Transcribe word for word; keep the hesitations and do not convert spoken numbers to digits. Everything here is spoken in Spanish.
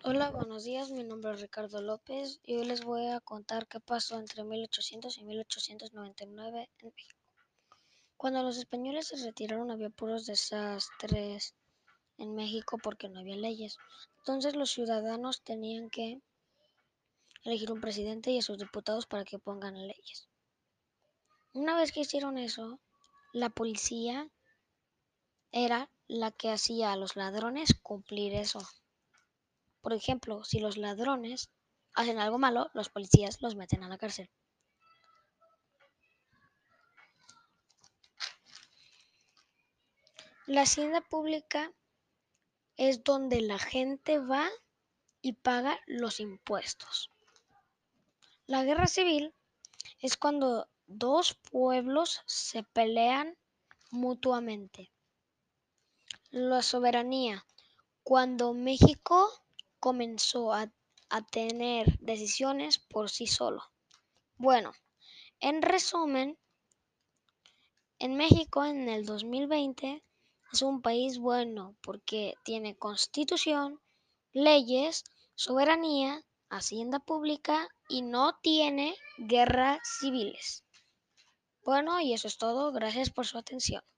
Hola, buenos días. Mi nombre es Ricardo López y hoy les voy a contar qué pasó entre mil ochocientos y mil ochocientos noventa y nueve en México. Cuando los españoles se retiraron había puros desastres en México porque no había leyes. Entonces los ciudadanos tenían que elegir un presidente y a sus diputados para que pongan leyes. Una vez que hicieron eso, la policía era la que hacía a los ladrones cumplir eso. Por ejemplo, si los ladrones hacen algo malo, los policías los meten a la cárcel. La hacienda pública es donde la gente va y paga los impuestos. La guerra civil es cuando dos pueblos se pelean mutuamente. La soberanía, cuando México comenzó a, a tener decisiones por sí solo. Bueno, en resumen, en México en el dos mil veinte es un país bueno porque tiene constitución, leyes, soberanía, hacienda pública y no tiene guerras civiles. Bueno, y eso es todo. Gracias por su atención.